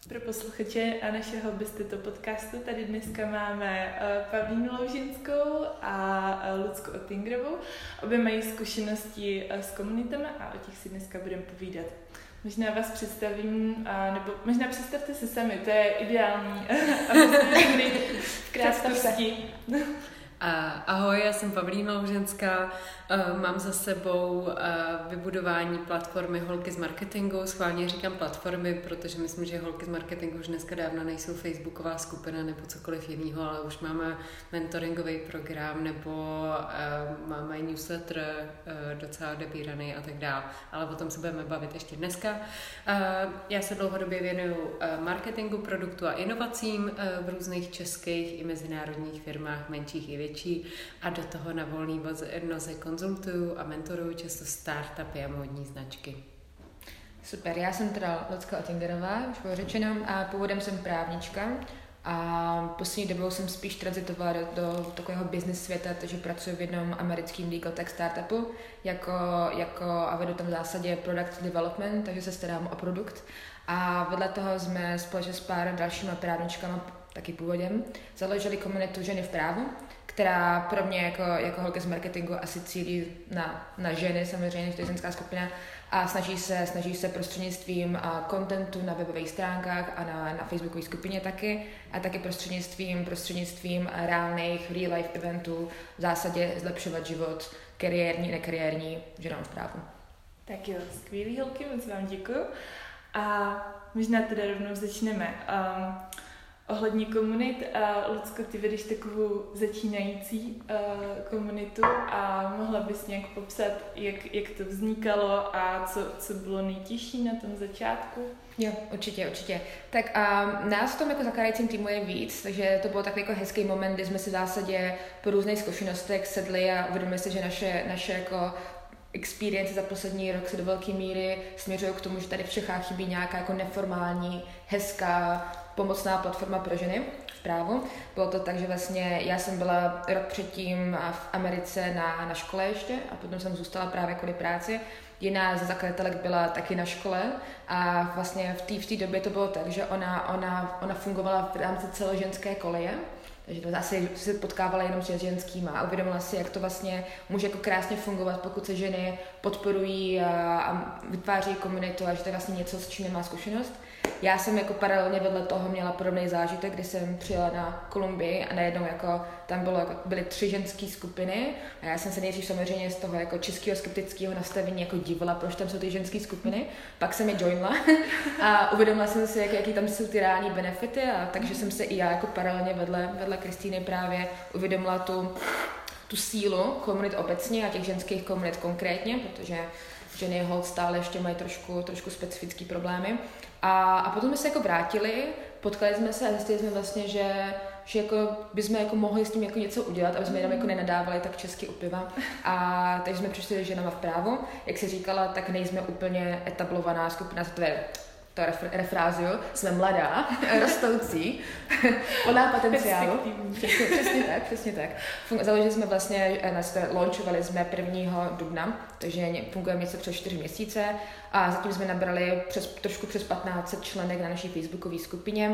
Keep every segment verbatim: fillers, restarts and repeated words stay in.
Pro posluchače a našeho Byste to podcastu tady dneska máme Pavlínu Loužinskou a Lucku Ottingerovou. Obě mají zkušenosti s komunitami a o těch si dneska budeme povídat. Možná vás představím, nebo možná představte se sami, to je ideální, abyste měli v krátkosti. Ahoj, já jsem Pavlína Loužinská, mám za sebou vybudování platformy Holky z marketingu. Schválně říkám platformy, protože myslím, že Holky z marketingu už dneska dávno nejsou facebooková skupina nebo cokoliv jiného, ale už máme mentoringový program nebo máme newsletter docela odebíraný a tak dále. Ale o tom se budeme bavit ještě dneska. Já se dlouhodobě věnuju marketingu, produktu a inovacím v různých českých i mezinárodních firmách, menších i větších. A do toho na volný noze konzultuju a mentoruju často startupy a módní značky. Super, já jsem teda Lucka Ottingerová, už bylo řečeno, a původem jsem právnička a poslední dobou jsem spíš tranzitovala do, do takového business světa, takže pracuji v jednom americkém legal tech startupu jako, jako, a vedu tam v zásadě product development, takže se starám o produkt. A vedle toho jsme společně s pár dalšíma právničkama, taky původem, založili komunitu Ženy v právu, která pro mě jako, jako holky z marketingu asi cílí na, na ženy, samozřejmě, to je ženská skupina, a snaží se, snaží se prostřednictvím contentu na webových stránkách a na, na facebookové skupině taky, a taky prostřednictvím, prostřednictvím reálných real life eventů v zásadě zlepšovat život kariérní, nekariérní ženám v právu. Tak jo, skvělý holky, moc vám děkuju. A možná teda rovnou začneme. Um, Ohledně komunit, uh, Lucko, ty vedeš takovou začínající uh, komunitu a mohla bys nějak popsat, jak, jak to vznikalo a co, co bylo nejtěžší na tom začátku? Jo, určitě, určitě. Tak um, nás v tom jako zakládajícím týmu je víc, takže to bylo takový jako hezký moment, kdy jsme si v zásadě po různých zkušenostech sedli a uvědomili si, že naše, naše jako experience za poslední rok se do velké míry směřují k tomu, že tady v Čechách chybí nějaká jako neformální, hezká, pomocná platforma pro ženy v právu. Bylo to tak, že vlastně já jsem byla rok předtím v Americe na, na škole ještě a potom jsem zůstala právě kvůli práci. Jiná ze zakladatelek byla taky na škole a vlastně v té v té době to bylo tak, že ona, ona, ona fungovala v rámci celoženské koleje. Takže to zase se potkávala jenom s ženskýma a uvědomila si, jak to vlastně může jako krásně fungovat, pokud se ženy podporují a, a vytváří komunitu a že to je vlastně něco, s čím nemá zkušenost. Já jsem jako paralelně vedle toho měla podobný zážitek, kdy jsem přijela na Kolumbii a najednou jako tam bylo, jako, byly tři ženské skupiny a já jsem se nejdřív samozřejmě z toho jako českého skeptického nastavení jako dívala, proč tam jsou ty ženské skupiny, pak jsem je joinla a uvědomila jsem si, jak, jaký tam jsou ty reální benefity, a takže jsem se i já jako paralelně vedle, vedle Kristýny právě uvědomila tu, tu sílu komunit obecně a těch ženských komunit konkrétně, protože ženy hold stále ještě mají trošku, trošku specifické problémy. A, a potom jsme se jako vrátili, potkali jsme se a zjistili jsme vlastně, že, že jako bychom jako mohli s tím jako něco udělat, aby jsme jenom jako nenadávali tak česky u piva. A takže jsme přišli ženama v právu. Jak jsi říkala, tak nejsme úplně etablovaná skupina, to je to refrázuju, jsme mladá, rostoucí, plná potenciálu. Přesně, přesně tak, přesně tak. Založili jsme vlastně, launchovali jsme prvního dubna, takže fungujeme něco přes čtyři měsíce a zatím jsme nabrali přes, trošku přes patnáct set členek na naší facebookové skupině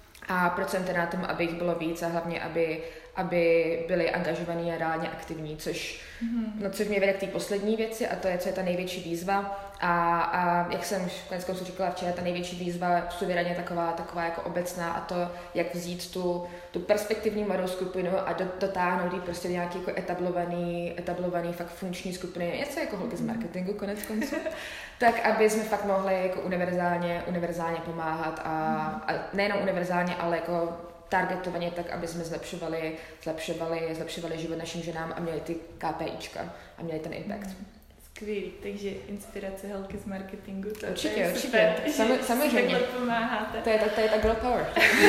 a procent na tom, aby jich bylo víc a hlavně, aby, aby byli angažovaní a reálně aktivní, což, mm-hmm. no, což mě vede k té poslední věci a to je, co je ta největší výzva. A, a jak jsem už konec konců říkala včera, ta největší výzva v suverénně taková, taková jako obecná a to, jak vzít tu, tu perspektivní mladou skupinu a dotáhnout ji prostě nějaký jako etablovaný, etablovaný fakt funkční skupiny, něco jako holky z marketingu konec konců, tak aby jsme fakt mohli jako univerzálně, univerzálně pomáhat a, a nejenom univerzálně, ale jako targetovaně tak, aby jsme zlepšovali, zlepšovali, zlepšovali život našim ženám a měli ty KPIčka a měli ten impact. Skvělý, takže inspirace holky z marketingu, to, určitě, to je určitě. super, Sam, samozřejmě. takhle pomáháte. To je, to, to je ta girl power.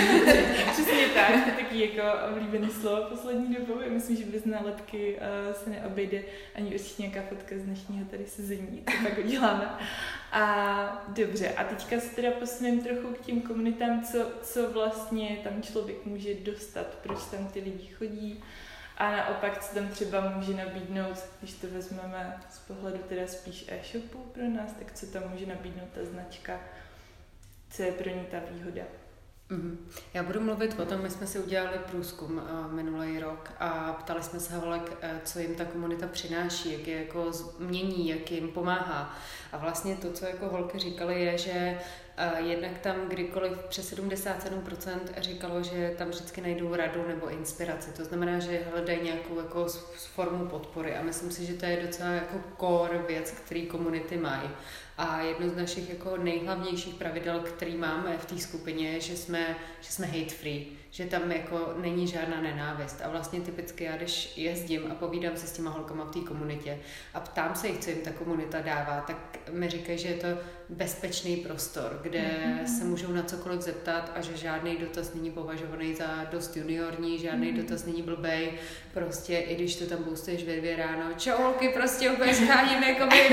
Přesně tak, to je taky jako oblíbený slovo poslední dobou. Já myslím, že bez nálepky uh, se neobejde ani určitě nějaká fotka z dnešního tady sezení, co pak uděláme. A dobře, a teďka se teda posuneme trochu k těm komunitám, co, co vlastně tam člověk může dostat, proč tam ty lidi chodí. A naopak, co tam třeba může nabídnout, když to vezmeme z pohledu teda spíš e-shopu pro nás, tak co tam může nabídnout ta značka? co je pro ní ta výhoda. Mm-hmm. Já budu mluvit o tom, my jsme si udělali průzkum uh, minulý rok a ptali jsme se holek, uh, co jim ta komunita přináší, jak je jako změní, jak jim pomáhá. A vlastně to, co jako holky říkali, je, že uh, jednak tam kdykoliv přes sedmdesát sedm procent říkalo, že tam vždycky najdou radu nebo inspiraci. To znamená, že hledají nějakou jako formu podpory a myslím si, že to je docela jako core věc, který komunity mají. A jedno z našich jako nejhlavnějších pravidel, který máme v té skupině, je, že jsme, že jsme hate free, že tam jako není žádná nenávist. A vlastně typicky já, když jezdím a povídám se s těma holkama v té komunitě a ptám se jich, co jim ta komunita dává, tak mi říkají, že je to bezpečný prostor, kde mm-hmm. se můžou na cokoliv zeptat a že žádný dotaz není považovaný za dost juniorní, žádný mm-hmm. dotaz není blbej, prostě i když to tam boostuješ ve dvě ráno, čau holky, prostě úplně scháním jako by,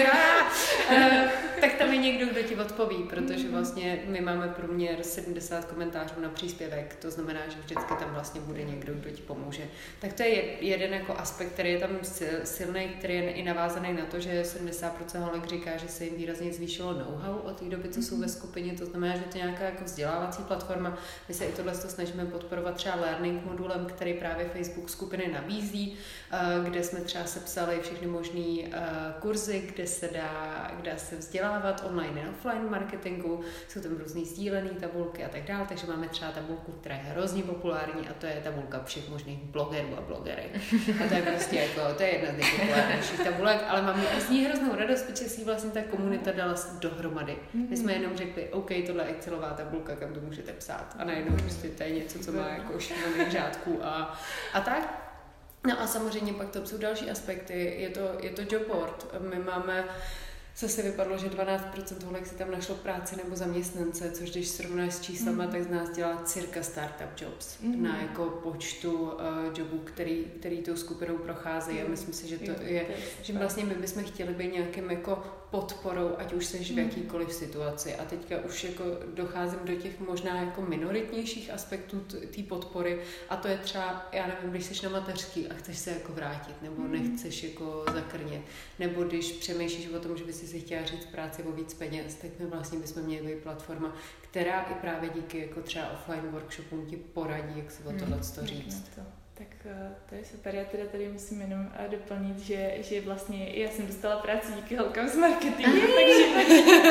tak tam je někdo, kdo ti odpoví, protože vlastně my máme průměr sedmdesát komentářů na příspěvek, to znamená, že vždycky tam vlastně bude někdo, kdo ti pomůže. Tak to je jeden jako aspekt, který je tam silný, který je i navázaný na to, že sedmdesát procent holek říká, že se jim výrazně zvýšilo know-how od té doby, co jsou ve skupině, to znamená, že to je nějaká jako vzdělávací platforma. My se i tohle snažíme podporovat třeba learning modulem, který právě Facebook skupiny nabízí, kde jsme třeba sepsali všechny možný kurzy, kde se dá, kde se vzdělávat online a offline marketingu, jsou tam různý sdílený tabulky a tak dále, takže máme třeba tabulku, která je hrozně populární a to je tabulka všech možných blogerů a blogerek. A to je prostě jako, to je jedna z nejpopulárnějších tabulek, ale mám z ní hroznou radost, protože si vlastně ta komunita dala dohromady. My jsme jenom řekli, OK, tohle je Excelová tabulka, kam to můžete psát. A najednou prostě to je něco, co má jako šílených řádků a, a tak. No a samozřejmě pak to jsou další aspekty. Je to, je to job board. My máme zase vypadlo, že dvanáct procent holek si tam našlo práci nebo zaměstnance, což když srovnáš s číslama, mm. tak z nás dělá cirka startup jobs mm. na jako počtu uh, jobů, který, který tou skupinou procházejí. Mm. A myslím si, že to je, je že vlastně my bychom chtěli být nějakým jako podporou, ať už seš v jakýkoliv situaci. A teďka už jako docházím do těch možná jako minoritnějších aspektů té podpory a to je třeba, já nevím, když jsi na mateřský a chceš se jako vrátit, nebo mm. nechceš jako zakrnět, nebo když přemýšlíš o tom, že bys si chtěla říct práci o víc peněz, tak my vlastně bychom měli být platforma, která i právě díky jako třeba offline workshopům ti poradí, jak se o tohle to říct. To. Tak to je super. Já teda tady musím jenom doplnit, že, že vlastně já jsem dostala práci díky holkám z marketingu, takže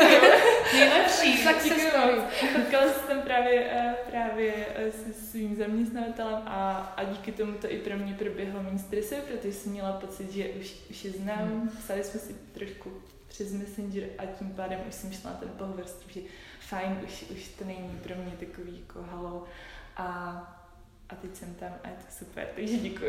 nejlepší. Success story. Potkala jsem právě, právě se svým zaměstnavatelem a, a díky tomu to i pro mě proběhlo méně stresu, protože jsem měla pocit, že už, už je znám. Psali jsme si trošku přes Messenger a tím pádem už jsem šla na ten pohovor, že fajn, už, už to není pro mě takový jako halo a, a teď jsem tam a je to super, takže děkuju.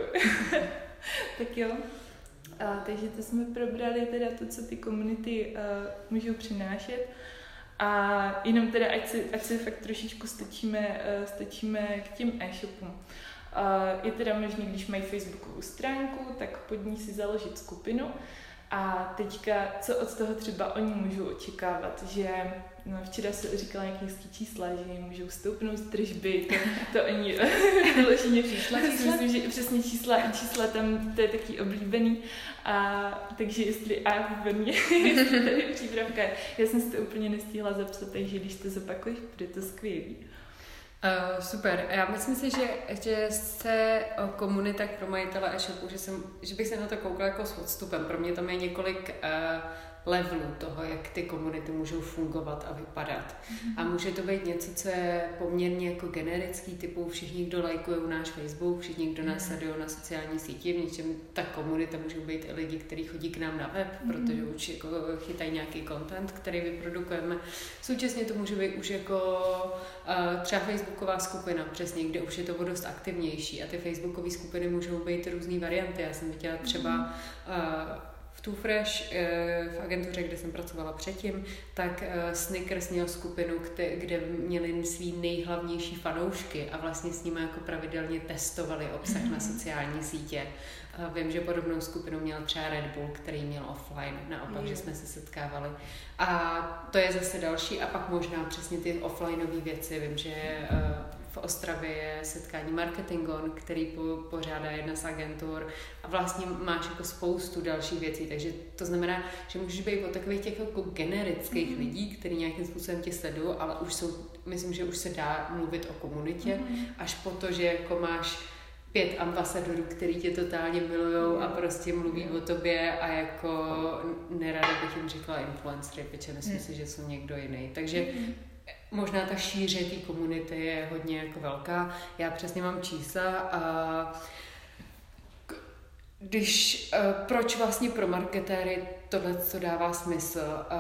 Tak jo, a, takže to jsme probrali teda to, co ty komunity uh, můžou přinášet a jenom teda, ať se, ať se fakt trošičku stačíme, uh, stačíme k těm e-shopům. Uh, je teda možné, když mají Facebookovou stránku, tak pod ní si založit skupinu. A teďka, co od toho třeba oni můžou očekávat, že no, včera se říkala nějaké čísla, že jim můžou stoupnout tržby, to, to oni vyloženě čísla, myslím, že přesně čísla, čísla tam, to je taky oblíbený, a takže jestli a výborně, jestli tady přípravka, já jsem si to úplně nestihla zapsat, takže když to zopakuješ, bude to skvělý. Uh, super. Já myslím si, že, že se komunita pro majitele e-shopu, že, jsem, že bych se na to koukala jako s odstupem. Pro mě tam je několik uh, levelů toho, jak ty komunity můžou fungovat a vypadat. Mm-hmm. A může to být něco, co je poměrně jako generický, typu všichni, kdo lajkují náš Facebook, všichni, kdo nás sledují na sociální síti, v něčem ta komunita můžou být i lidi, kteří chodí k nám na web, mm-hmm. protože už jako chytají nějaký content, který vyprodukujeme. Současně to může být už jako uh, třeba facebooková skupina, přesně, kde už je to dost aktivnější a ty facebookové skupiny můžou být různý varianty. Já jsem viděla třeba uh, v Too Fresh, v agentuře, kde jsem pracovala předtím, tak Snickers měl skupinu, kde měli svý nejhlavnější fanoušky a vlastně s nimi jako pravidelně testovali obsah na sociální sítě. Vím, že podobnou skupinu měl třeba Red Bull, který měl offline, naopak, mm. že jsme se setkávali. A to je zase další a pak možná přesně ty offlineové věci. Vím, že v Ostravě je setkání Marketingon, který po, pořádá jedna z agentur a vlastně máš jako spoustu dalších věcí, takže to znamená, že můžeš být od takových těch jako generických mm. lidí, který nějakým způsobem tě sledují, ale už jsou, myslím, že už se dá mluvit o komunitě, mm. až po to, že jako máš pět ambasadorů, který tě totálně milujou a prostě mluví o tobě a jako nerada bych jim říkala influencery, protože myslím mm. si, že jsou někdo jiný. Takže mm. možná ta šíře té komunity je hodně jako velká. Já přesně mám čísla a když, proč vlastně pro marketéry tohle to dává smysl?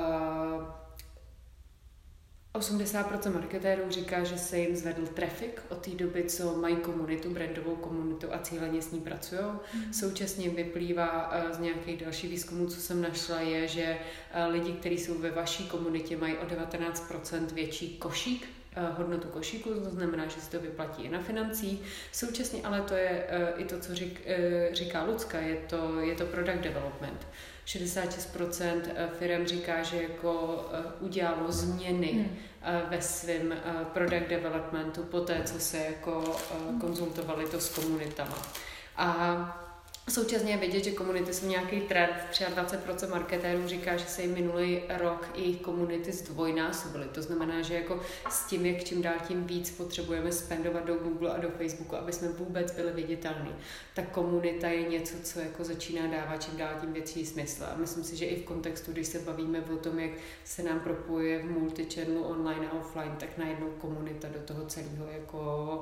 osmdesát procent marketérů říká, že se jim zvedl trafik od té doby, co mají komunitu, brandovou komunitu a cíleně s ní pracují. Mm. Současně vyplývá z nějakých dalších výzkumů, co jsem našla, je, že lidi, kteří jsou ve vaší komunitě, mají o devatenáct procent větší košík, hodnotu košíku, to znamená, že se to vyplatí i na financích. Současně ale to je i to, co řík, říká Lucka, je to, je to product development. šedesát šest procent firem říká, že jako udělalo změny hmm. ve svém product developmentu po té, co se jako konzultovali to s komunitama. A současně je vidět, že komunity jsou nějaký trend. dvacet tři procent marketérů říká, že se jim minulý rok jejich komunity zdvojnásobily. To znamená, že jako s tím, jak čím dál tím víc potřebujeme spendovat do Google a do Facebooku, aby jsme vůbec byli viditelní. Ta komunita je něco, co jako začíná dávat čím dál tím větší smysl. A myslím si, že i v kontextu, když se bavíme o tom, jak se nám propojuje v multichannelu online a offline, tak najednou komunita do toho celého jako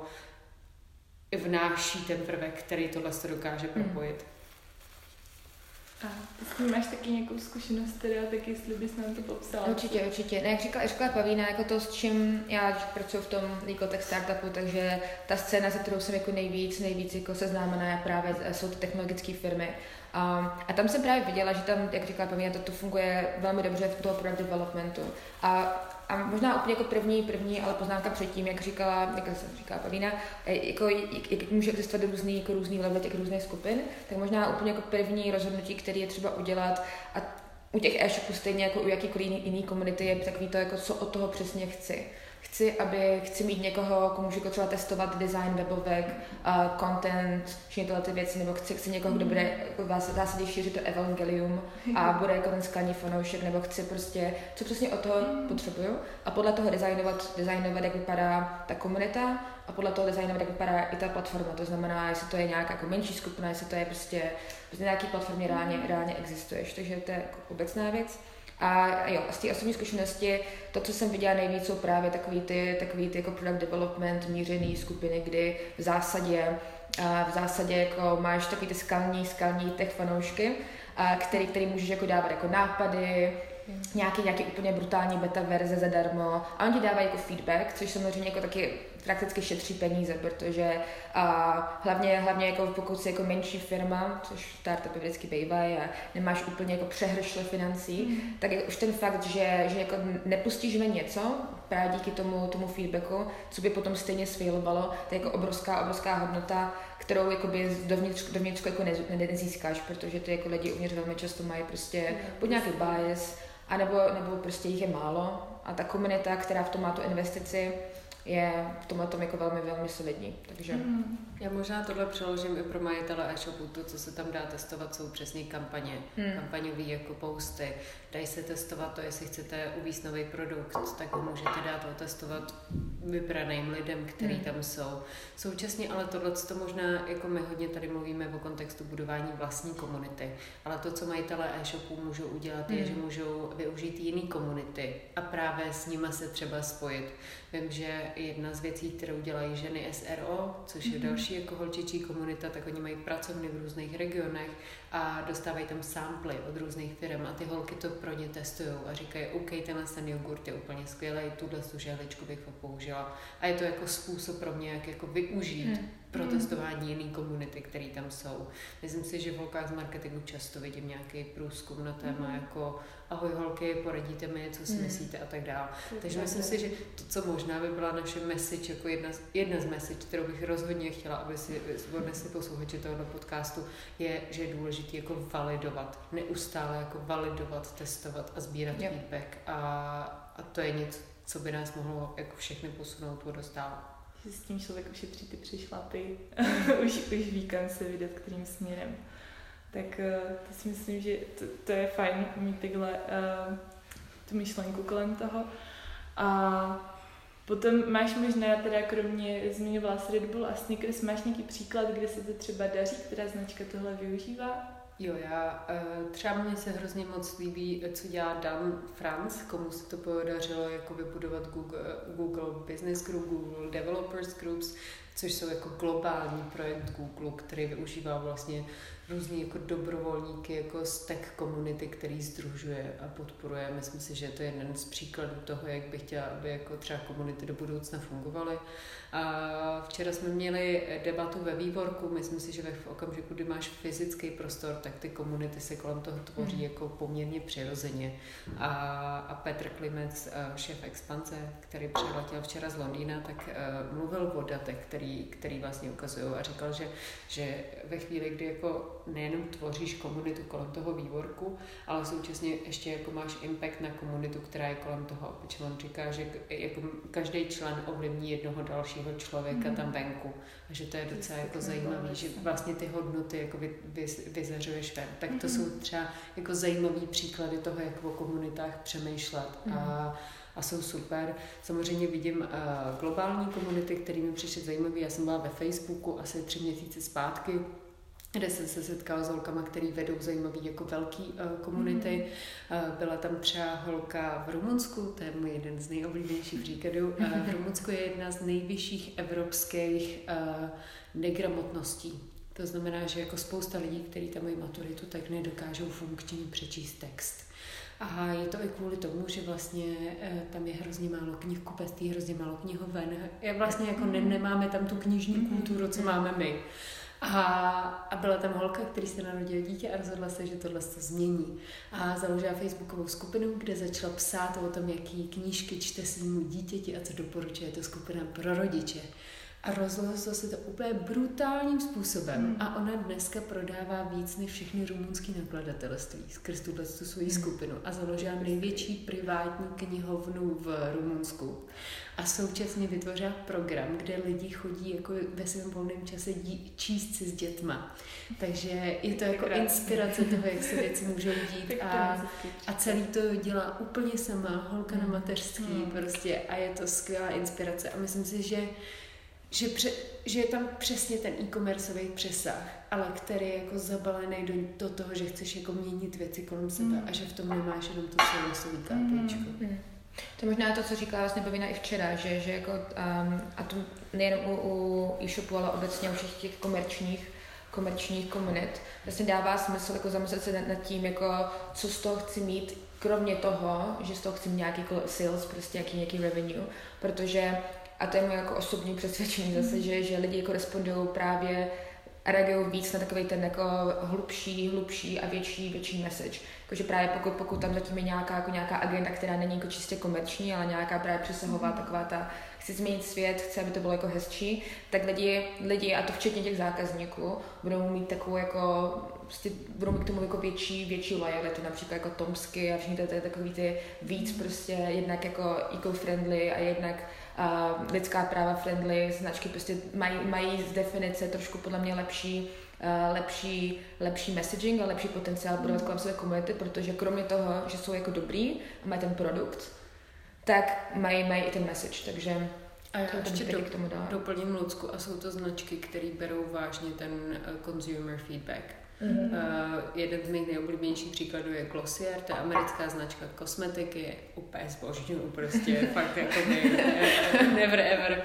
vnáší ten prvek, který tohle se dokáže propojit. A ty s tím máš taky nějakou zkušenost, teda, tak jestli bys nám to popsala. Určitě, určitě. Ne, jak říkala, říkala Pavlína, jako to, s čím já pracuji v tom Legal Tech startupu, takže ta scéna, se kterou jsem jako nejvíc, nejvíc jako seznámená, je právě jsou ty technologické firmy. A, a tam jsem právě viděla, že tam, jak říkala Pavlína, to, to funguje velmi dobře v toho product developmentu. A A možná úplně jako první, první, ale poznámka předtím, jak říkala, jak jsem říkala Pavlína, jako, jak, jak může existovat různý, jako různý level těch různých skupin, tak možná úplně jako první rozhodnutí, který je třeba udělat a u těch e-shopů stejně jako u jakýkoliv jiný, jiný komunity je takový to, jako co od toho přesně chci. Chci, aby, chci mít někoho, komu můžu třeba testovat design webovek, uh, content, všechny tyhle ty věci, nebo chci, chci někoho, kdo bude jako v zásadě šířit to evangelium a bude jako ten skalní fanoušek, nebo chci prostě, co přesně od toho potřebuju a podle toho designovat, designovat, jak vypadá ta komunita a podle toho designovat, jak vypadá i ta platforma. To znamená, jestli to je nějaká jako menší skupina, jestli to je prostě, prostě nějaký platformě reálně, reálně existuješ. Takže to je jako obecná věc. A jo, z té osobní zkušenosti, to, co jsem viděla nejvíc, jsou právě takový ty, takový ty jako product development mířený skupiny, kdy v zásadě, v zásadě jako máš takový ty skalní, skalní tech fanoušky, který, který můžeš jako dávat jako nápady, nějaký, nějaký úplně brutální beta verze zadarmo a oni ti dávají jako feedback, což samozřejmě jako taky prakticky šetří peníze, protože a hlavně, hlavně jako pokud jsi jako menší firma, což startupy vždycky bývají a nemáš úplně jako přehršle financí, mm. tak je už ten fakt, že, že jako nepustíš ven něco právě díky tomu, tomu feedbacku, co by potom stejně sfailovalo, to je jako obrovská, obrovská hodnota, kterou jakoby dovnitř, dovnitř jako nezískáš, protože ty jako lidi uvnitř velmi často mají prostě mm. buď nějaký bias, anebo, nebo prostě jich je málo a ta komunita, která v tom má tu investici, je v tomhle tom jako velmi, velmi solidní. Takže... Mm. Já možná tohle přeložím i pro majitele e-shopu. To, co se tam dá testovat, jsou přesně kampaně. Mm. Kampaňový jako posty. Dají se testovat to, jestli chcete uvést nový produkt, tak ho můžete dát otestovat vybraným lidem, který mm. tam jsou. Současně ale tohle to možná, jako my hodně tady mluvíme o kontextu budování vlastní komunity, ale to, co majitele e-shopu můžou udělat, mm. je, že můžou využít jiný komunity a právě s nimi se třeba spojit. Vím, že jedna z věcí, kterou dělají ženy S R O, což je mm-hmm. další jako holčičí komunita, tak oni mají pracovny v různých regionech a dostávají tam samply od různých firm a ty holky to pro ně testují a říkají, OK, tenhle ten jogurt je úplně skvělý, tuhle tu žehličku bych použila. A je to jako způsob pro mě, jak jako využít mm. pro testování jiný komunity, které tam jsou. Myslím si, že v holkách z marketingu často vidím nějaký průzkum na téma mm. jako ahoj holky, poradíte mi, co si mm. myslíte a tak dále. Takže myslím si, že to, co možná by byla naše message, jako jedna z, jedna z message, kterou bych rozhodně chtěla, aby si odnesli posluchači tohoto podcastu, je, že je důležité jako validovat, neustále jako validovat, testovat a sbírat yep. feedback a, a to je něco, co by nás mohlo jako všechny posunout o dost dál. že s tím člověk ušetří ty přešlapy, už, už ví, kam se vydat, kterým směrem. Tak to si myslím, že to, to je fajn mít takhle uh, tu myšlenku kolem toho. A potom máš možná teda kromě, zmiňovala se Red Bull a Snickers, máš nějaký příklad, kde se to třeba daří, která značka tohle využívá? Jo, já třeba mně se hrozně moc líbí, co dělá Dan France, komu se to podařilo jako vybudovat Google, Google Business Group, Google Developers Groups, což jsou jako globální projekt Google, který využívá vlastně různý jako dobrovolníky jako z tech komunity, který sdružuje a podporuje. Myslím si, že to je jeden z příkladů toho, jak bych chtěla, aby jako třeba komunity do budoucna fungovaly. A včera jsme měli debatu ve výborku, myslím si, že v okamžiku, kdy máš fyzický prostor, tak ty komunity se kolem toho tvoří mm. jako poměrně přirozeně. A, a Petr Klimec, šéf Expanze, který přiletěl včera z Londýna, tak uh, mluvil o datech, který, který vlastně ukazují a říkal, že, že ve chvíli, kdy jako nejenom tvoříš komunitu kolem toho výborku, ale současně ještě jako máš impact na komunitu, která je kolem toho. Protože on říká, že jako každý člen ovlivní jednoho dalšího člověka mm. tam venku. A že to je docela jako zajímavé, že vlastně ty hodnoty jako vy, vy, vyzařuješ ven. Tak to mm. jsou třeba jako zajímavý příklady toho, jak o komunitách přemýšlet. Mm. A a jsou super. Samozřejmě vidím uh, globální komunity, které mi přišly zajímavé. Já jsem byla ve Facebooku asi tři měsíce zpátky, kde jsem se setkala s holkama, který vedou zajímavý jako velký uh, komunity. Mm. Uh, byla tam třeba holka v Rumunsku, to je můj jeden z nejoblíbenějších příkladů. Uh, v Rumunsku je jedna z nejvyšších evropských uh, negramotností. To znamená, že jako spousta lidí, kteří tam mají maturitu, tak nedokážou funkčně přečíst text. A je to i kvůli tomu, že vlastně e, tam je hrozně málo knihkupectví, hrozně málo knihoven. Je vlastně jako ne, nemáme tam tu knižní kulturu, co máme my. A, a byla tam holka, který se narodil dítě a rozhodla se, že tohle se změní. A založila facebookovou skupinu, kde začala psát o tom, jaký knížky čte svýmu dítěti a co doporučuje. Je to skupina pro rodiče. A rozrostlo se to úplně brutálním způsobem. Hmm. A ona dneska prodává víc než všechny rumunský nakladatelství skrz tuhle tu svoji hmm. skupinu. A založila největší privátní knihovnu v Rumunsku. A současně vytvořila program, kde lidi chodí jako ve svém volném čase dí, číst si s dětma. Takže je to jako inspirace toho, jak se věci můžou dít. A, a celý to dělá úplně sama, holka na mateřský hmm. prostě. A je to skvělá inspirace. A myslím si, že Že, pře, že je tam přesně ten e-commerceový přesah, ale který je jako zabalený do, do toho, že chceš jako měnit věci kolem sebe mm. a že v tom nemáš jenom to celosový kápečko. Mm. To možná je to, co říkala vlastně Bavina i včera, že, že jako, um, a to nejen u, u e-shopu, ale obecně u všech těch komerčních, komerčních komunit, vlastně dává smysl jako zamyslet se nad, nad tím, jako, co z toho chci mít, kromě toho, že z toho chci mít nějaký sales, prostě nějaký, nějaký revenue, protože a to je moje jako osobní přesvědčení zase, že, že lidi korespondují právě a reagují víc na takový ten jako hlubší, hlubší a větší, větší message. Jakože právě pokud, pokud tam zatím je nějaká, jako nějaká agenda, která není jako čistě komerční, ale nějaká právě přesahová, mm. taková ta, chci změnit svět, chci, aby to bylo jako hezčí, tak lidi, lidi, a to včetně těch zákazníků, budou mít takovou jako, prostě budou mít k tomu jako větší, větší lojalitu, například jako Tomsky a všichni to je takový ty víc prostě jednak jako eco-friendly a jednak uh, lidská práva friendly, značky prostě mají, mají z definice trošku podle mě lepší Uh, lepší, lepší messaging a lepší potenciál budovat kolem své komunity, protože kromě toho, že jsou jako dobrý a mají ten produkt, tak mají, mají i ten message, takže a já ještě do, k tomu dál. Doplním Lucku a jsou to značky, které berou vážně ten uh, consumer feedback. Mm-hmm. Uh, jeden z mých nejoblíbenějších příkladů je Glossier, to je americká značka kosmetiky, úplně zbožňuju, prostě fakt jako my, never ever.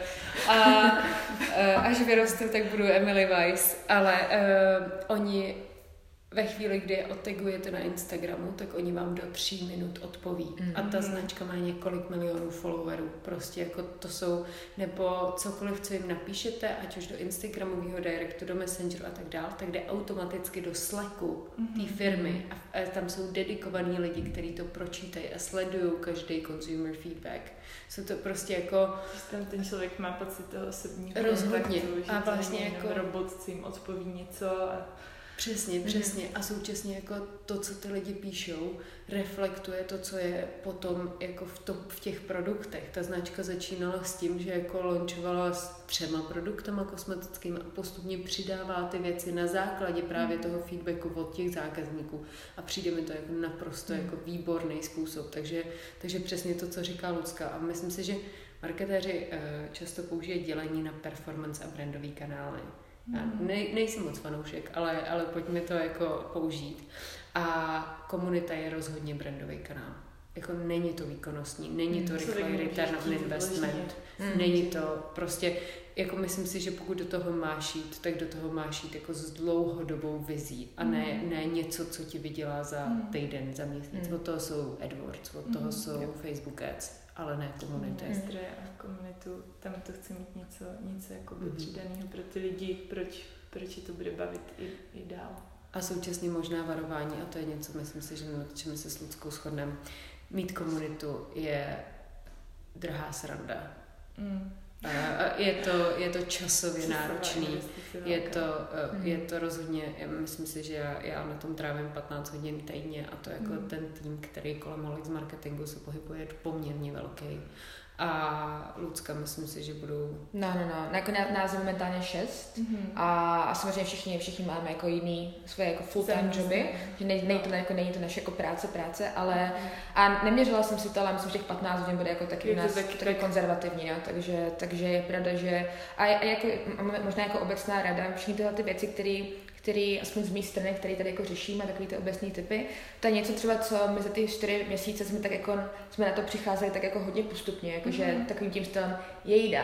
A uh, až vyrostu, tak budu Emily Weiss, ale uh, oni ve chvíli, kdy je odtagujete na Instagramu, tak oni vám do tří minut odpoví. Mm-hmm. A ta značka má několik milionů followerů. Prostě jako to jsou, nebo cokoliv, co jim napíšete, ať už do Instagramového directu, do Messengeru a tak dál, tak jde automaticky do Slacku té mm-hmm. firmy. A, a tam jsou dedikovaní lidi, kteří to pročítají a sledují každý consumer feedback. Jsou to prostě jako... Tam ten člověk má pocit toho osobního rozhodně. kontaktu, že a vlastně jako robot, co jim odpoví něco a Přesně, přesně. A současně jako to, co ty lidi píšou, reflektuje to, co je potom jako v, to, v těch produktech. Ta značka začínala s tím, že jako launchovala s třema produktama kosmetickými a postupně přidává ty věci na základě právě toho feedbacku od těch zákazníků. A přijde mi to jako naprosto jako výborný způsob. Takže, takže přesně to, co říká Lucka. A myslím si, že marketéři často použijí dělení na performance a brandový kanály. Já nej, nejsem moc fanoušek, ale, ale pojďme to jako použít. A komunita je rozhodně brandový kanál. Jako není to výkonnostní, není to rychlý return on investment, mm. není to prostě, jako myslím si, že pokud do toho máš jít, tak do toho máš jít jako s dlouhodobou vizí a ne, ne něco, co ti vydělá za týden, za měsíc. Mm. Od toho jsou AdWords, od toho mm. jsou yep. Facebook Ads, ale ne komunity. Mm. Zdroje a komunitu, tam to chce mít něco, něco jako mm. přidaného pro ty lidi, proč, proč je to bude bavit i, i dál. A současně možná varování, a to je něco, myslím si, že na čem se s Luckou shodneme, mít komunitu je drahá sranda. Mm. A je to, je to časově náročný, je to, mm. je to rozhodně, myslím si, že já, já na tom trávím patnáct hodin týdně a to jako mm. ten tým, který kolem Holix marketingu se pohybuje, je poměrně velký. A Lucka, myslím si, že budou... No, no, no. Jako nás je momentálně šest mm-hmm. a, a samozřejmě všichni, všichni máme jako jiný svoje jako full-time joby, že nej, nej to, jako, není to naše jako práce, práce, ale a neměřila jsem si to, ale myslím, že těch patnáct hodin bude jako taky u nás taky konzervativní, no, takže, takže je pravda, že a, a jako, možná jako obecná rada, všechny tyhle ty věci, které který, aspoň z mé strany, který tady jako řešíme, takový ty obecné typy, to je něco třeba, co my za ty čtyři měsíce jsme tak jako, jsme na to přicházeli tak jako hodně postupně, jakože mm-hmm. takovým tím stylem jejda.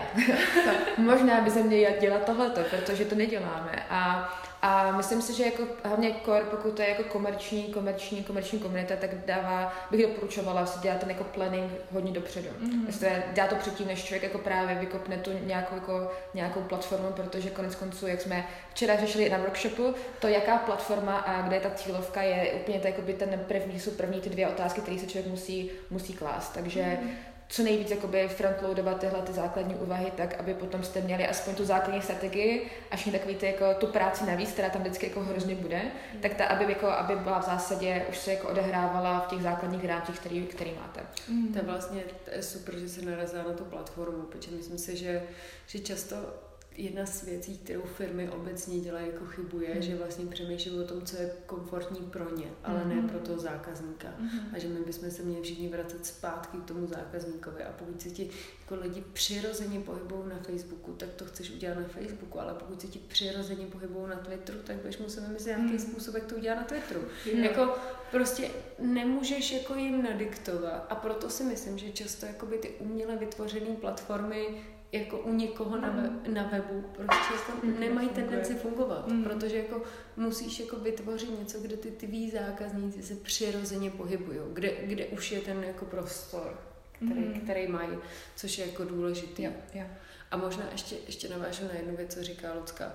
Možná by se měli dělat tohleto, protože to neděláme. A, a myslím si, že jako hlavně core, pokud to je jako komerční, komerční, komerční komunita, tak dává, bych doporučovala si dělat ten jako planning hodně dopředu. Mm-hmm. Dělat to předtím, než člověk jako právě vykopne tu nějakou, jako, nějakou platformu, protože konec konců, jak jsme včera řešili na workshopu, to jaká platforma a kde je ta cílovka, je úplně to, jakoby ten první, jsou první ty dvě otázky, které se člověk musí, musí klást. Takže mm-hmm. co nejvíc jakoby frontloadovat tyhle ty základní úvahy tak, aby potom jste měli aspoň tu základní strategii, až mě takový ty, jako, tu práci navíc, která tam vždycky jako hrozně bude, mm. tak ta, aby, jako, aby byla v zásadě už se jako odehrávala v těch základních rámcích, který, který máte. Mm. To je vlastně super, že se narazila na tu platformu, protože myslím si, že, že často jedna z věcí, kterou firmy obecně dělají jako chybu, je, mm. že vlastně přemýšlí o tom, co je komfortní pro ně, ale mm. ne pro toho zákazníka. Mm. A že my bychom se měli všichni vracet zpátky k tomu zákazníkovi. A pokud se ti jako lidi přirozeně pohybují na Facebooku, tak to chceš udělat na Facebooku, ale pokud se ti přirozeně pohybují na Twitteru, tak budeš muset vymyslet nějaký mm. způsob, jak to udělat na Twitteru. Mm. Jako prostě nemůžeš jako jim nadiktovat. A proto si myslím, že často jakoby ty uměle vytvořené platformy jako u někoho na, we, na webu prostě jako mm, nemají tendenci fungovat, mm. protože jako musíš jako vytvořit něco, kde ty tví zákazníci se přirozeně pohybují, kde, kde už je ten jako prostor, který, mm. který mají, což je jako důležitý. Jo, jo. A možná ještě, ještě navážu na jednu věc, co říká Lucka.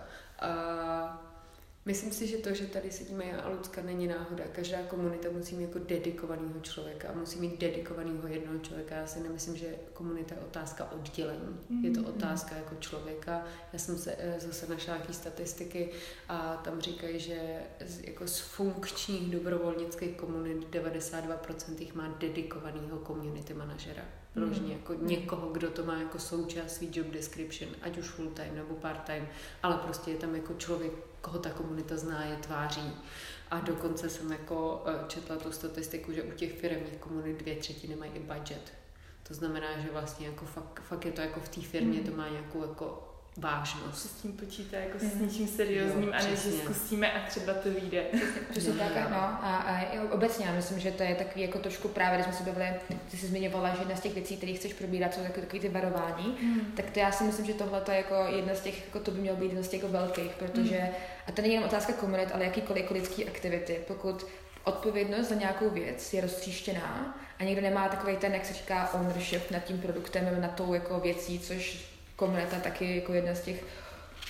A myslím si, že to, že tady sedíme já a Lucka, není náhoda. Každá komunita musí mít jako dedikovaného člověka a musí mít dedikovaného jednoho člověka. Já si nemyslím, že komunita je otázka oddělení. Mm-hmm. Je to otázka jako člověka. Já jsem se zase našla nějaké statistiky a tam říkají, že z, jako z funkčních dobrovolnických komunit devadesát dva procent jich má dedikovaného community manažera. Vložně mm. jako někoho, kdo to má jako součást svý job description, ať už full time nebo part time, ale prostě je tam jako člověk, koho ta komunita zná, je tváří. A dokonce jsem jako četla tu statistiku, že u těch firemních komunit dvě třetiny mají i budget. To znamená, že vlastně jako fakt, fakt je to jako v té firmě, mm. to má nějakou jako vážnost. Se s tím počítá jako mm. s něčím seriózním, a než zkusíme a třeba to vyjde. Přesně tak, no. A, a obecně já myslím, že to je takový jako trošku právě, když jsme se bavili, ty jsi zmiňovala, že jedna z těch věcí, které chceš probírat, jsou takový, takový ty varování, mm. tak to já si myslím, že tohle je jako jedna z těch, jako to by mělo být jedna z těch jako velkých, protože, mm. a to není jenom otázka komunit, ale jakýkoliv jako lidský aktivity, pokud odpovědnost za nějakou věc je roztříštěná a někdo nemá takový ten, jak se říká, ownership nad tím produktem nebo nad tou jako věcí, což komunita taky jako jedna z těch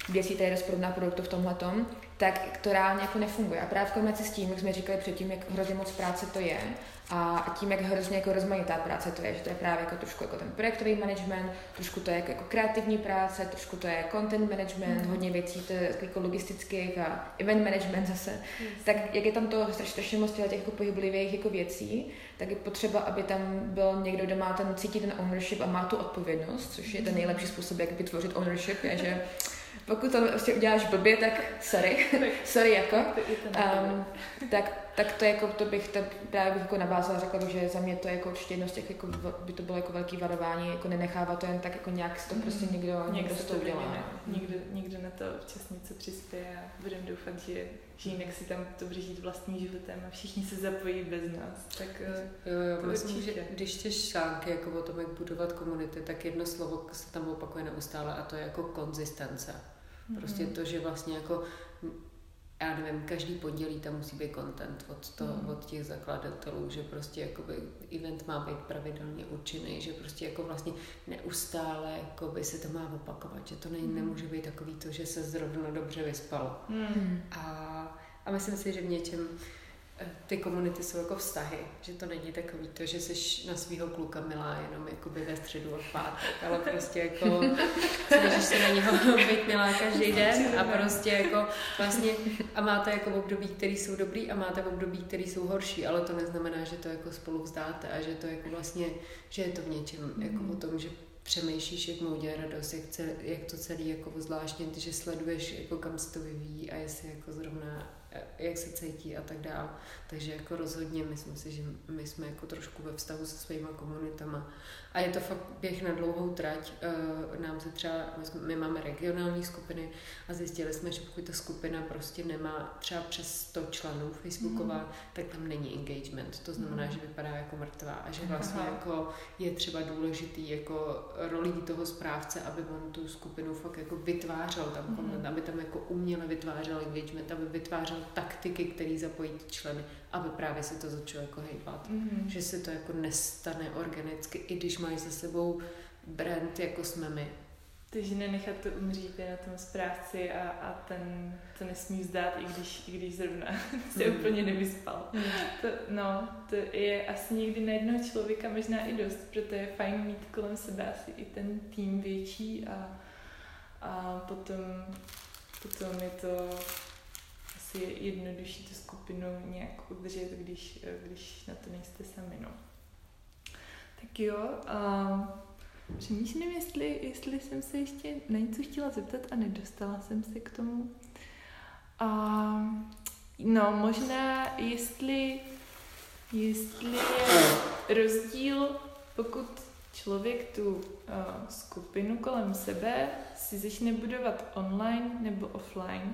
věcí, které je dost podobná produktu v tomhletom, tak to reálně jako nefunguje. A právě v kombinaci s tím, jak jsme říkali předtím, jak hrozně moc práce to je a tím, jak hrozně jako rozmanitá práce to je, že to je právě jako trošku jako ten projektový management, trošku to je jako, jako kreativní práce, trošku to je content management, mm. hodně věcí, to je jako logistických a event management zase. Yes. Tak jak je tam to strašně moc těch jako pohyblivých jako věcí, tak je potřeba, aby tam byl někdo, kdo má ten, cítí ten ownership a má tu odpovědnost, což je ten nejlepší způsob, jak vytvořit ownership, je, že pokud to vlastně uděláš blbě, tak sorry, sorry jako, um, tak, tak to jako, to bych, to právě bych jako navázala, řekla bych, že za mě to je jako určitě jedno z těch, jako, by to bylo jako velký varování, jako nenechávat to jen tak, jako nějak to prostě někdo, někdo z toho udělá. Někdo, někdo na to občas něco přispěje a budeme doufat, že, že jinak si tam to bude žít vlastním životem a všichni se zapojí bez nás. Tak jo, jo, myslím, že když čteš články jako o tom, jak budovat komunity, tak jedno slovo se tam opakuje neustále a to je jako konzistence. Prostě to, že vlastně jako, já nevím, každý pondělí tam musí být content od, to, mm. od těch zakladatelů, že prostě jakoby event má být pravidelně určený, že prostě jako vlastně neustále jakoby se to má opakovat, že to ne, mm. nemůže být takový to, že se zrovna dobře vyspalo. Mm. A, a myslím si, že v něčem ty komunity jsou jako vztahy, že to není takový to, že jsi na svýho kluka milá jenom jakoby ve středu a v pátek, ale prostě jako snažíš se na něho být milá každý den a prostě jako vlastně a máte jako období, který jsou dobrý a máte období, který jsou horší, ale to neznamená, že to jako spolu vzdáte a že to jako vlastně, že je to v něčem jako o tom, že přemýšlíš, jak mu udělat radost, jak, celý, jak to celý jako zvláštně, ty, že sleduješ, jako kam se to vyvíjí a jestli jako zrovna, jak se cítí a tak dál. Takže jako rozhodně myslím si, že my jsme jako trošku ve vztahu se svýma komunitama. A je to fakt běh na dlouhou trať. Nám se třeba, my, jsme, my máme regionální skupiny a zjistili jsme, že pokud ta skupina prostě nemá třeba přes sto členů Facebooková, mm. tak tam není engagement. To znamená, mm. že vypadá jako mrtvá a že vlastně jako je třeba důležitý jako rolí toho správce, aby on tu skupinu fakt jako vytvářel tam mm. content, aby tam jako uměle vytvářel engagement, aby vytvářel taktiky, které zapojí ty členy, aby právě se to začalo jako hejbat. Mm. Že se to jako nestane organicky, i když máš za sebou brand, jako jsme my. Takže nenechat to umřít na tom správci a, a ten to nesmí vzdát, i když, i když zrovna se mm. úplně nevyspal. Mm. To, no, to je asi někdy na jednoho člověka možná i dost, proto je fajn mít kolem sebe asi i ten tým větší a, a potom, potom je to asi jednodušší tu skupinu nějak udržet, když, když na to nejste sami. No. Tak jo, a přemýšlím, jestli, jestli jsem se ještě na něco chtěla zeptat a nedostala jsem se k tomu. A, no, možná, jestli, jestli je rozdíl, pokud člověk tu uh, skupinu kolem sebe si začne budovat online nebo offline,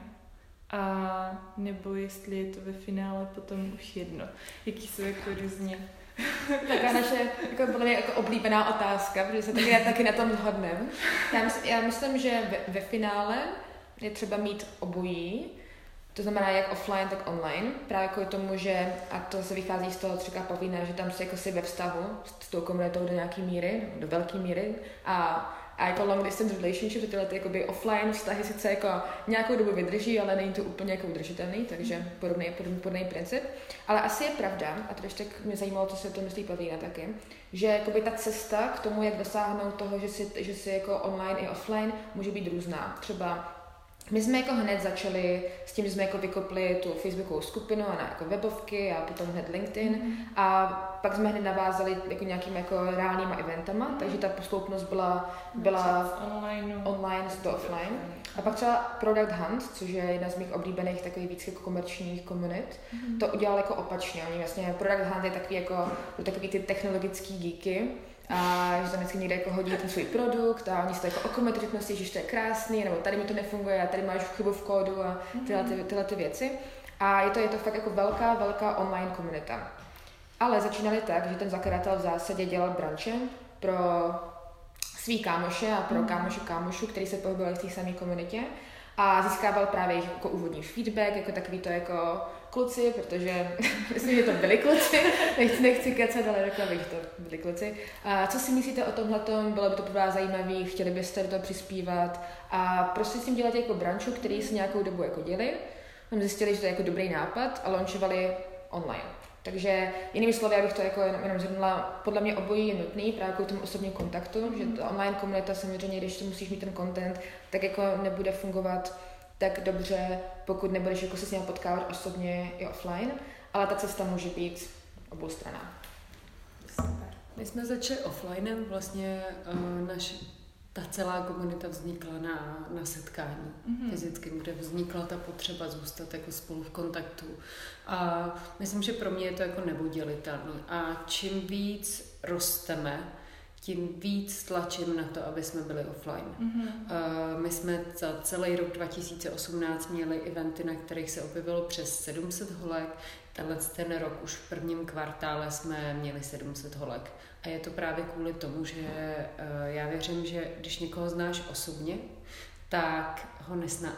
a nebo jestli je to ve finále potom už jedno. Jaký jsou jako různě. Taková naše jako, podle mě, jako oblíbená otázka, protože se taky, taky na tom shodneme. Já, mysl, já myslím, že ve, ve finále je třeba mít obojí, to znamená jak offline, tak online. Právě kvůli tomu, že, a to se vychází z toho, co říká Pavlína, že tam se jako si ve vztahu s tou komunitou do nějaký míry, do velké míry a A jako long distance relationship, že tyhle ty jakoby offline vztahy sice jako nějakou dobu vydrží, ale není to úplně jako udržitelný, takže podobný, podobný, podobný princip. Ale asi je pravda, a to ještě tak mě zajímalo, co si o tom myslí Pavlína taky, že jakoby ta cesta k tomu, jak dosáhnout toho, že si, že si jako online i offline může být různá. Třeba my jsme jako hned začali s tím, že jsme jako vykopli tu facebookovou skupinu a na jako webovky a potom hned LinkedIn mm. a pak jsme hned navázali jako nějakými jako reálnýma eventama, mm. takže ta posloupnost byla, byla online, online do offline. A pak třeba Product Hunt, což je jedna z mých oblíbených takových víc jako komerčních komunit, mm. to udělal jako opačně. Oni vlastně Product Hunt je takový jako pro takový ty technologický geeky, a že tam vždycky někde jako hodí ten svůj produkt a oni se to jako okomentřitnosti, že to je krásný, nebo tady mi to nefunguje a tady máš chybu v kódu a tyhle, ty, tyhle ty věci. A je to, je to fakt jako velká, velká online komunita. Ale začínali tak, že ten zakladatel v zásadě dělal branche pro svý kámoše a pro kámoše kámošů, který se pohybovali v té samé komunitě a získával právě jako úvodní feedback, jako takový to jako kluci, protože myslím, že to byli kluci, nechci, nechci kecat, ale řekla bych, že to byli kluci. A co si myslíte o tomhletom, bylo by to pro vás zajímavé, chtěli byste do toho přispívat a prostě s tím dělat jako branču, který se nějakou dobu jako děli. Tam zjistili, že to je jako dobrý nápad a launchovali online. Takže jinými slovy, já bych to jako jenom, jenom zhrnula, podle mě obojí je nutný právě k tomu osobním kontaktu, mm. že ta online komunita samozřejmě, když to musíš mít ten content, tak jako nebude fungovat tak dobře, pokud nebudeš jako se s ním potkávat osobně i offline, ale ta cesta může být oboustranná. Super. My jsme začali offlinem, vlastně uh, naše ta celá komunita vznikla na, na setkání mm-hmm. fyzicky, kde vznikla ta potřeba zůstat jako spolu v kontaktu. A myslím, že pro mě je to jako neoddělitelné. A čím víc rosteme, tím víc tlačím na to, aby jsme byli offline. Mm-hmm. Uh, my jsme za celý rok dva tisíce osmnáct měli eventy, na kterých se objevilo přes sedm set holek. Tenhle ten rok už v prvním kvartále jsme měli sedm set holek. A je to právě kvůli tomu, že uh, já věřím, že když někoho znáš osobně, tak ho nesna,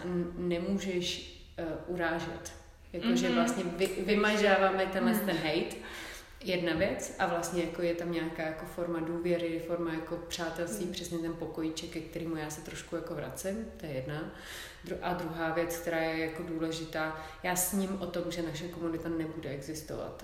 nemůžeš uh, urážet. Jakože mm-hmm. vlastně vy, vymažáváme tenhle mm. ten hate. Jedna věc a vlastně jako je tam nějaká jako forma důvěry, forma jako přátelství, mm. přesně ten pokojíček, ke kterému já se trošku jako vracím, to je jedna. A druhá věc, která je jako důležitá, já sním o tom, že naše komunita nebude existovat.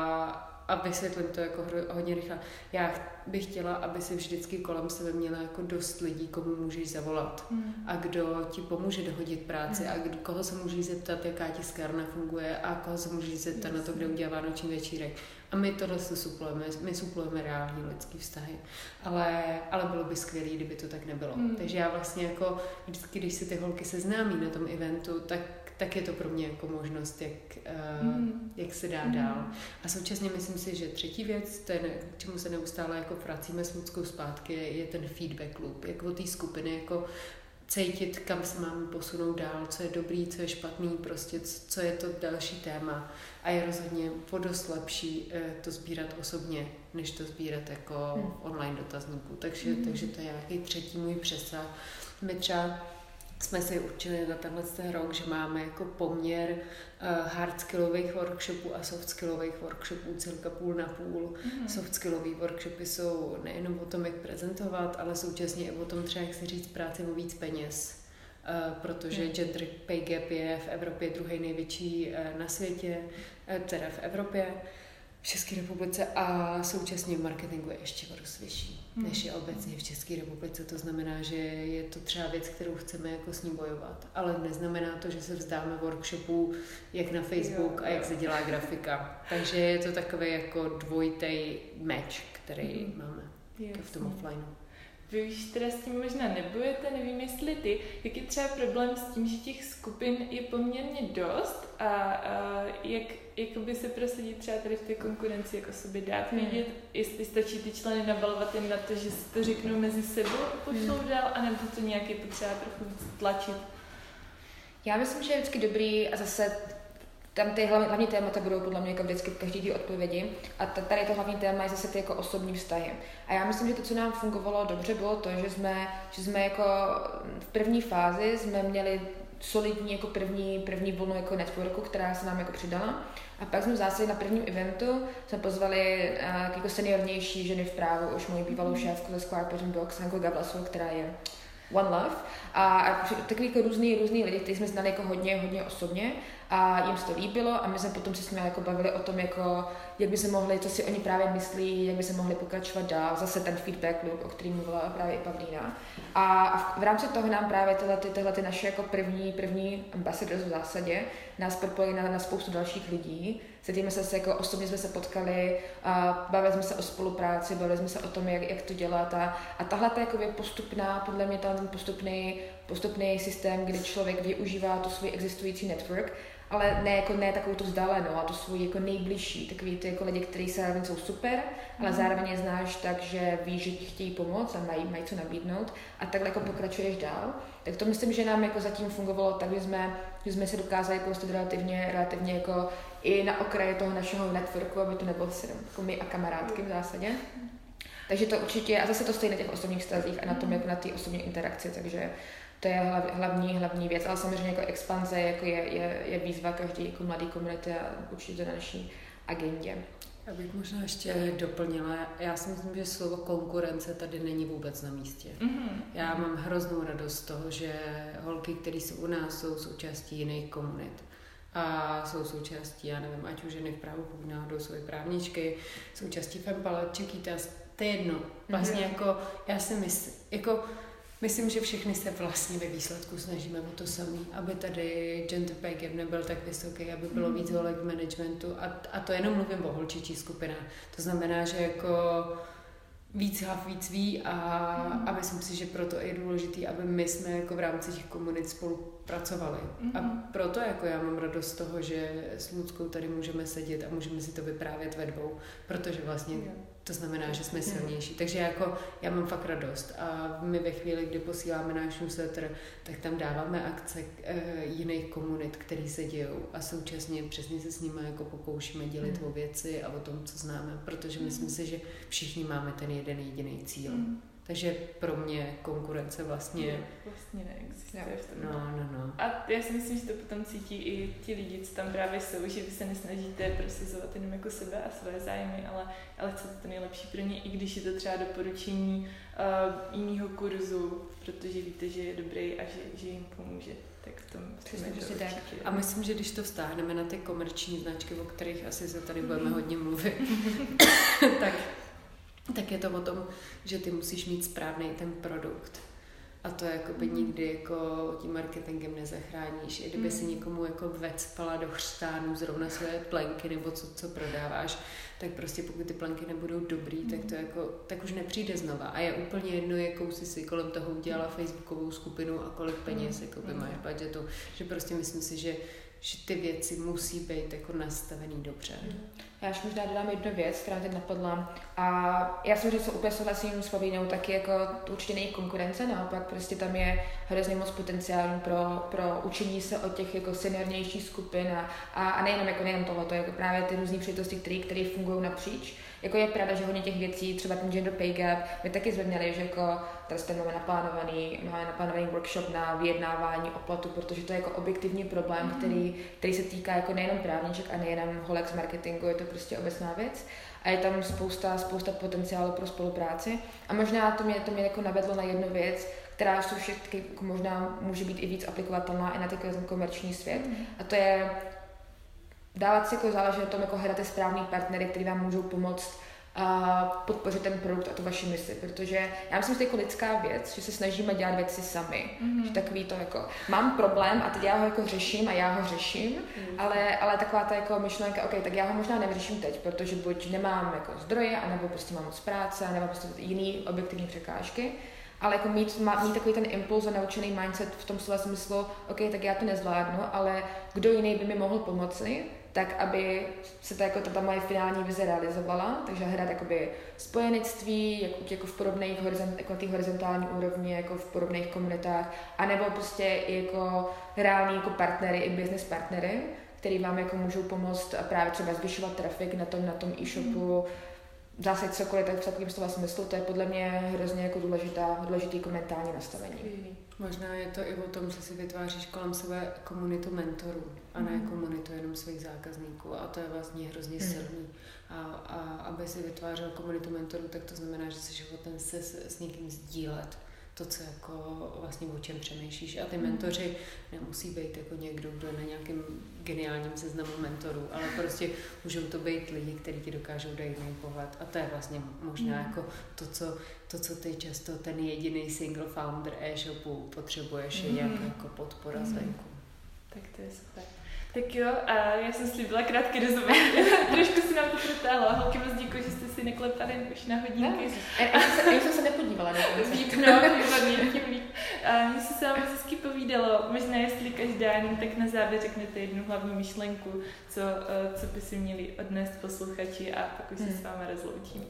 A A vysvětlím to jako hodně rychle. Já bych chtěla, aby si vždycky kolem sebe měla jako dost lidí, komu můžeš zavolat. Mm. A kdo ti pomůže dohodit práci. Mm. A kdo, koho se můžeš zeptat, jaká ti skárna funguje. A koho se můžeš zeptat yes. na to, kde udělá vánoční večírek. A my tohle se suplujeme. My suplujeme reální lidský vztahy. Ale, ale bylo by skvělé, kdyby to tak nebylo. Mm. Takže já vlastně jako vždycky, když si ty holky seznámí na tom eventu, tak tak je to pro mě jako možnost, jak, uh, mm. jak se dá mm. dál. A současně myslím si, že třetí věc, to je, k čemu se neustále jako vracíme s Luckou zpátky, je, je ten feedback loop, jako té skupiny, jako cítit, kam se máme posunout dál, co je dobrý, co je špatný, prostě co je to další téma. A je rozhodně podost lepší uh, to sbírat osobně, než to sbírat jako mm. online dotazníku. Takže, mm. takže to je nějaký třetí můj přesah. My třeba jsme si určili na tenhle ten rok, že máme jako poměr uh, hard skillových workshopů a soft skillových workshopů celka půl na půl. Mm. Soft skillové workshopy jsou nejenom o tom, jak prezentovat, ale současně i o tom třeba, jak si říct práci o víc peněz. Uh, protože mm. gender pay gap je v Evropě druhý největší uh, na světě, uh, teda v Evropě, v České republice a současně v marketingu je ještě o dost vyšší, hmm. než je obecně v České republice. To znamená, že je to třeba věc, kterou chceme jako s ní bojovat. Ale neznamená to, že se vzdáme workshopů jak na Facebook jo, a jak se dělá grafika. Takže je to takový jako dvojitý match, který hmm. máme v tom offlineu. Vy už teda s tím možná nebojete, nevím jestli ty. Jak je třeba problém s tím, že těch skupin je poměrně dost a, a jak jakoby se prosadit třeba tady v té konkurenci, jak o sobě dát vědět, hmm. jestli stačí ty členy nabalovat jen na to, že si to řeknou mezi sebou a pošlou hmm. dál, anebo to nějak je potřeba trochu víc tlačit? Já myslím, že je vždycky dobrý a zase tam ty hlavní, hlavní témata budou podle mě jako vždycky v každý té odpovědi a tady to hlavní téma je zase ty jako osobní vztahy. A já myslím, že to, co nám fungovalo dobře, bylo to, že jsme, že jsme jako v první fázi jsme měli solidní jako první, první vlnu jako networku, která se nám jako přidala. A pak jsme v zásadě na prvním eventu jsme pozvali uh, jako seniornější ženy v právu, už moji bývalou šéfku ze Square Pattern Box, Hanku Gavlasovou, která je One Love. A, a takový jako různý, různý lidi, kteří jsme znali jako hodně, hodně osobně a jim se to líbilo a my jsme potom se s nimi jako bavili o tom, jako, jak by se mohli, co si oni právě myslí, jak by se mohli pokračovat dál, zase ten feedback loop, o kterém mluvila právě i Pavlína. A, a v rámci toho nám právě tyhle, ty, tyhle ty naše jako první, první ambassadors v zásadě nás propojili na, na spoustu dalších lidí, se kterými se jako osobně jsme se potkali, a bavili jsme se o spolupráci, bavili jsme se o tom, jak, jak to dělat a, a tahle je jako postupná, podle mě ten postupný, postupný systém, kdy člověk využívá tu svůj existující network, ale ne, jako, ne takovou tu vzdálenou, a tu svůj jako nejbližší, takový ty jako lidi, kteří zároveň jsou super, ale mm. zároveň je znáš tak, že víš, že ti chtějí pomoct a mají, mají co nabídnout a takhle jako pokračuješ dál. Tak to myslím, že nám jako zatím fungovalo tak, že jsme, že jsme se dokázali prostě relativně, relativně jako i na okraji toho našeho networku, aby to nebylo jako my a kamarádky v zásadě. Takže to určitě, a zase to stojí na těch osobních vztazích a na tom, jako na té osobní interakci, takže to je hlav, hlavní, hlavní věc, ale samozřejmě jako expanze jako je, je, je výzva každý jako mladý komunity a určitě na naší agendě. Já bych možná ještě doplnila, já si myslím, že slovo konkurence tady není vůbec na místě. Mm-hmm. Já mám hroznou radost z toho, že holky, které jsou u nás, jsou součástí jiných komunit. A jsou součástí, já nevím, ať už ženy v právu, pokud náhodou jsou i právničky, součástí Fempala, Chiquitas, to je jedno. Vlastně mm-hmm. jako, já si myslím, jako myslím, že všechny se vlastně ve výsledku snažíme o to samé, aby tady gender pay gap nebyl tak vysoký, aby bylo víc holek v managementu a, a to jenom mluvím o holčičí skupinách. To znamená, že jako víc hlav víc ví a, a myslím si, že proto je důležitý, aby my jsme jako v rámci těch komunit spolupracovali. Mm-hmm. A proto jako já mám radost z toho, že s Luckou tady můžeme sedět a můžeme si to vyprávět ve dvou, protože vlastně to znamená, že jsme silnější. Takže jako já mám fakt radost a my ve chvíli, kdy posíláme náš newsletter, tak tam dáváme akce e, jiných komunit, které se dějou a současně přesně se s nimi jako pokoušíme dělit mm. o věci a o tom, co známe, protože mm. myslím si, že všichni máme ten jeden jediný cíl. Mm. Takže pro mě konkurence vlastně... Vlastně neexistuje v tom. No, no, no. A já si myslím, že to potom cítí i ti lidi, co tam právě jsou, že vy se nesnažíte prosazovat jenom jako sebe a své zájmy, ale, ale chcete to nejlepší pro ně, i když je to třeba doporučení uh, jiného kurzu, protože víte, že je dobrý a že, že jim pomůže. Tak v tom, v tom je to tak. A myslím, že když to vztáhneme na ty komerční značky, o kterých asi se tady budeme hodně mluvit, tak... tak je to o tom, že ty musíš mít správný ten produkt. A to jakoby mm. nikdy jako tím marketingem nezachráníš. I kdyby mm. si někomu jako vecpala do chřtánu zrovna své plenky nebo co, co prodáváš, tak prostě pokud ty plenky nebudou dobrý, mm. tak to jako, tak už nepřijde znova. A je úplně jedno, jakou jsi si kolem toho udělala facebookovou skupinu a kolik peněz mm. jakoby mm. máš budgetu. Že prostě myslím si, že že ty věci musí být jako nastavený dobře. Já už možná dodám jednu věc, která teď napadla. A já jsem říct, úplně souhlasím s Pavínou, taky jako určitě není konkurence, naopak prostě tam je hrozně moc potenciál pro, pro učení se od těch jako seniornějších skupin a, a, a nejenom jako nejenom tohle, to je jako právě ty různé příležitosti, které fungují napříč. Jako je pravda, že hodně těch věcí, třeba ten gender pay gap, my taky jsme měli, že jako tady máme naplánovaný, máme naplánovaný workshop na vyjednávání o platu, protože to je jako objektivní problém, mm. který, který se týká jako nejenom právniček a nejenom holek z marketingu, je to prostě obecná věc. A je tam spousta, spousta potenciálu pro spolupráci. A možná to mě, to mě jako navedlo na jednu věc, která jsou všechny jako možná může být i víc aplikovatelná i na takový komerční svět. Mm. A to je dávat si jako záleží na tom, jako hledat ty správný partnery, kteří vám můžou pomoct a podpořit ten produkt a tu vaši misi, protože já myslím, že to je jako lidská věc, že se snažíme dělat věci sami, mm-hmm. že takový to jako, mám problém a teď já ho jako řeším a já ho řeším, mm-hmm. ale, ale taková ta jako myšlenka, ok, tak já ho možná nevyřeším teď, protože buď nemám jako zdroje, anebo prostě mám moc práce, nebo prostě jiný objektivní překážky, ale jako mít, má, mít takový ten impuls a naučený mindset v tom slova smyslu, ok, tak já to nezvládnu, ale kdo jiný by mi mohl pomoci, tak aby se ta, jako, ta, ta moje finální vize realizovala, takže hledat jakoby spojenectví, jako, jako v podobných horizont, jako na té horizontální úrovni, jako v podobných komunitách, anebo prostě i jako reální jako partnery, i business partnery, který vám jako můžou pomoct právě třeba zvyšovat trafik na tom, na tom e-shopu, zase cokoliv tak v takovém slova smyslu, to je podle mě hrozně jako důležitá, důležitý komentální nastavení. Možná je to i o tom, že si vytváříš kolem sebe komunitu mentorů a ne mm. komunitu jenom svých zákazníků a to je vlastně hrozně mm. silný. A, a aby si vytvářel komunitu mentorů, tak to znamená, že jsi ochoten se s, s někým sdílet to, co jako vlastně o čem přemýšlíš. A ty mentoři nemusí být jako někdo, kdo je na nějakém geniálním seznamu mentorů, ale prostě můžou to být lidi, kteří ti dokážou dát jiný pohled. A to je vlastně možná mm. jako to co, to, co ty často ten jediný single founder e-shopu potřebuješ, je mm. nějaká jako podpora mm. zvenku. Tak to je super. Tak jo, a já jsem slíbila krátký rezumé. Trošku si nám to protáhlo. Holky, moc děkuji, že jste si neklepali už na hodinky. Ani jsem se nepodívala na to. No, výborný, tím líp. Mně se s vámi hezky povídalo. Možná, jestli každá jenom tak na závěr řeknete jednu hlavní myšlenku, co, co by si měli odnést posluchači a pak už se hmm. s vámi rozloučím.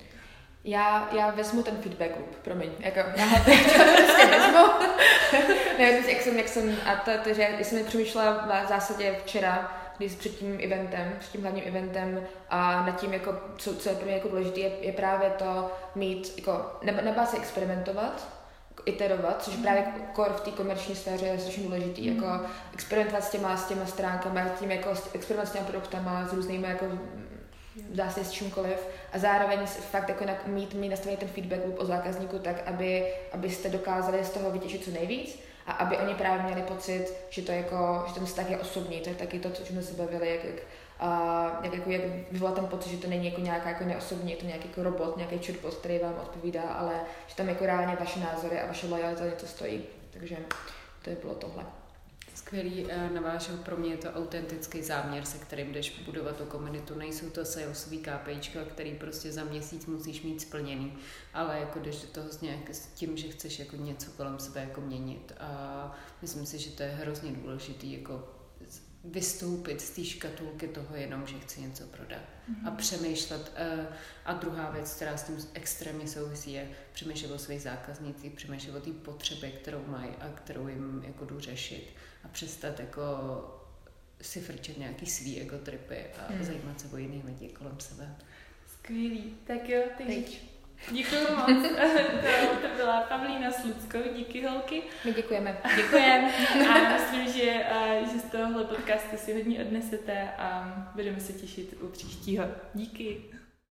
Já, já vezmu ten feedback loop, promiň, jako já ho teď prostě vezmu. Nevím, jak jsem, jak jsem, a to, to že jsem mi přemýšlela v zásadě včera když před tím eventem, před tím hlavním eventem a nad tím, jako, co, co je pro mě jako důležité, je, je právě to mít, jako, nebát se experimentovat, iterovat, což právě core v té komerční sféře je strašně důležitý, mm. jako experimentovat s těma, s těma stránkama, tím jako experimentovat s těma produktama, s různými jako dá se s čímkoliv a zároveň fakt jako mít, mít nastavený ten feedback loop o zákazníku tak, aby, abyste dokázali z toho vytěžit co nejvíc a aby oni právě měli pocit, že to jako, že ten vztah je osobní, to je taky to, co jsme se bavili, jak, jak, a, jak, jako, jak vyvolat ten pocit, že to není jako nějaká jako neosobní, je to nějaký jako robot, nějaký chatbot, který vám odpovídá, ale že tam jako reálně vaše názory a vaše lojalita něco stojí, takže to je bylo tohle. Skvělý, navážu, pro mě je to autentický záměr, se kterým jdeš budovat tu komunitu. Nejsou to salesový KPIčka, který prostě za měsíc musíš mít splněný, ale jako jdeš do toho s, nějak, s tím, že chceš jako něco kolem sebe jako měnit. A myslím si, že to je hrozně důležitý jako vystoupit z té škatulky toho jenom, že chci něco prodat mm-hmm. a přemýšlet. A druhá věc, která s tím extrémně souvisí, je přemýšlet o svých zákaznících, přemýšlet o té potřebě, kterou mají a kterou jim jako jdu řešit a přestat jako si frčet nějaký svý egotripy a mm. zajímat se o jiný lidi kolem sebe. Skvělý. Tak jo, teď. Děkuji moc. to, to byla Pavlína Sluckou. Díky, holky. My děkujeme. Děkujeme. A myslím, že, že z tohohle podcastu si hodně odnesete a budeme se těšit u příštího. Díky.